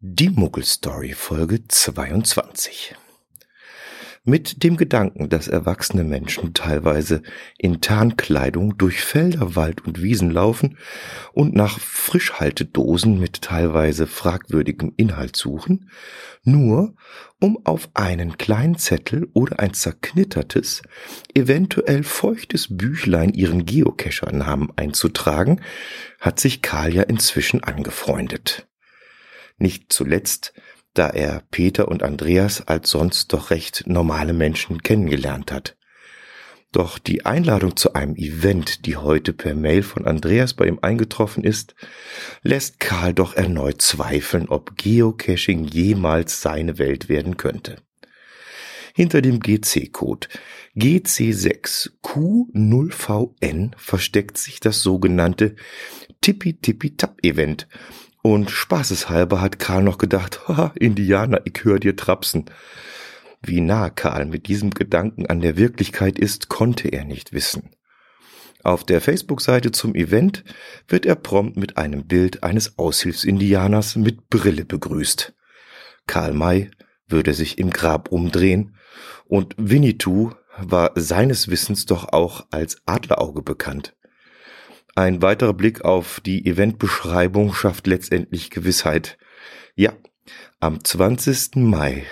Die Muggel-Story Folge 22. Mit dem Gedanken, dass erwachsene Menschen teilweise in Tarnkleidung durch Felder, Wald und Wiesen laufen und nach Frischhaltedosen mit teilweise fragwürdigem Inhalt suchen, nur um auf einen kleinen Zettel oder ein zerknittertes, eventuell feuchtes Büchlein ihren Geocacher-Namen einzutragen, hat sich Karl ja inzwischen angefreundet. Nicht zuletzt, da er Peter und Andreas als sonst doch recht normale Menschen kennengelernt hat. Doch die Einladung zu einem Event, die heute per Mail von Andreas bei ihm eingetroffen ist, lässt Karl doch erneut zweifeln, ob Geocaching jemals seine Welt werden könnte. Hinter dem GC-Code GC6Q0VN versteckt sich das sogenannte Tippi-Tippi-Tap-Event. Und spaßeshalber hat Karl noch gedacht, haha, Indianer, ich hör dir trapsen. Wie nah Karl mit diesem Gedanken an der Wirklichkeit ist, konnte er nicht wissen. Auf der Facebook-Seite zum Event wird er prompt mit einem Bild eines Aushilfsindianers mit Brille begrüßt. Karl May würde sich im Grab umdrehen und Winnetou war seines Wissens doch auch als Adlerauge bekannt. Ein weiterer Blick auf die Eventbeschreibung schafft letztendlich Gewissheit. Ja, am 20. Mai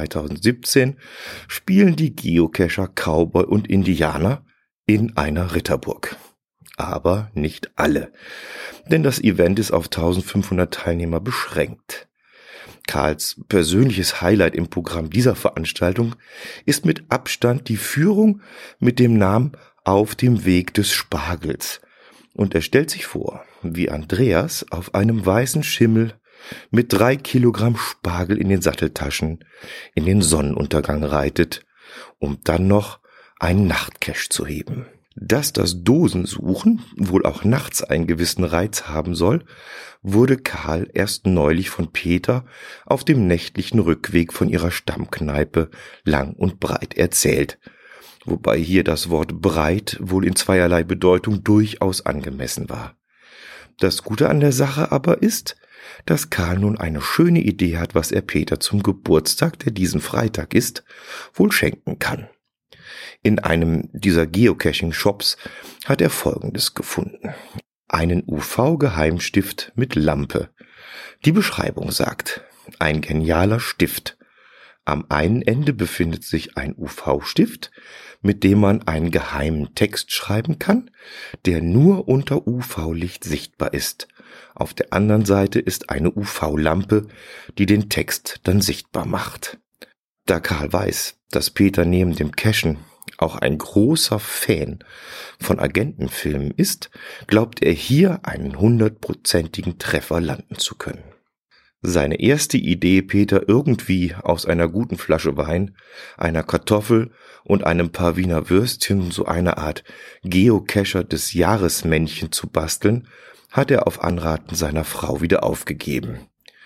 2017 spielen die Geocacher Cowboy und Indianer in einer Ritterburg. Aber nicht alle, denn das Event ist auf 1500 Teilnehmer beschränkt. Karls persönliches Highlight im Programm dieser Veranstaltung ist mit Abstand die Führung mit dem Namen Auf dem Weg des Spargels. Und er stellt sich vor, wie Andreas auf einem weißen Schimmel mit 3 Kilogramm Spargel in den Satteltaschen in den Sonnenuntergang reitet, um dann noch einen Nachtcache zu heben. Dass das Dosensuchen wohl auch nachts einen gewissen Reiz haben soll, wurde Karl erst neulich von Peter auf dem nächtlichen Rückweg von ihrer Stammkneipe lang und breit erzählt. Wobei hier das Wort breit wohl in zweierlei Bedeutung durchaus angemessen war. Das Gute an der Sache aber ist, dass Karl nun eine schöne Idee hat, was er Peter zum Geburtstag, der diesen Freitag ist, wohl schenken kann. In einem dieser Geocaching-Shops hat er Folgendes gefunden. Einen UV-Geheimstift mit Lampe. Die Beschreibung sagt, ein genialer Stift. Am einen Ende befindet sich ein UV-Stift, mit dem man einen geheimen Text schreiben kann, der nur unter UV-Licht sichtbar ist. Auf der anderen Seite ist eine UV-Lampe, die den Text dann sichtbar macht. Da Karl weiß, dass Peter neben dem Cachen auch ein großer Fan von Agentenfilmen ist, glaubt er hier einen 100%igen Treffer landen zu können. Seine erste Idee, Peter irgendwie aus einer guten Flasche Wein, einer Kartoffel und einem paar Wiener Würstchen so eine Art Geocacher des Jahresmännchen zu basteln, hat er auf Anraten seiner Frau wieder aufgegeben.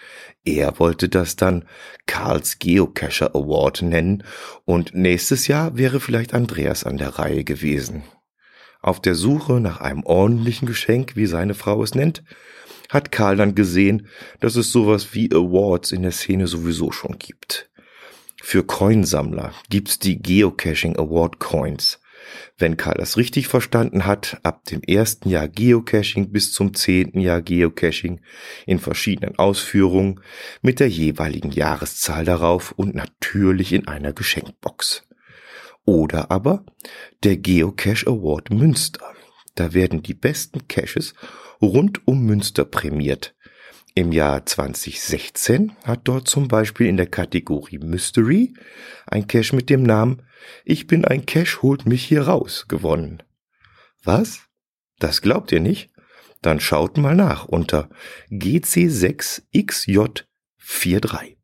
Er wollte das dann Karls Geocacher Award nennen und nächstes Jahr wäre vielleicht Andreas an der Reihe gewesen. Auf der Suche nach einem ordentlichen Geschenk, wie seine Frau es nennt, hat Karl dann gesehen, dass es sowas wie Awards in der Szene sowieso schon gibt. Für Coinsammler gibt's die Geocaching Award Coins. Wenn Karl das richtig verstanden hat, ab dem 1. Jahr Geocaching bis zum 10. Jahr Geocaching in verschiedenen Ausführungen mit der jeweiligen Jahreszahl darauf und natürlich in einer Geschenkbox. Oder aber der Geocache Award Münster. Da werden die besten Caches rund um Münster prämiert. Im Jahr 2016 hat dort zum Beispiel in der Kategorie Mystery ein Cache mit dem Namen Ich bin ein Cache, holt mich hier raus gewonnen. Was? Das glaubt ihr nicht? Dann schaut mal nach unter GC6XJ43.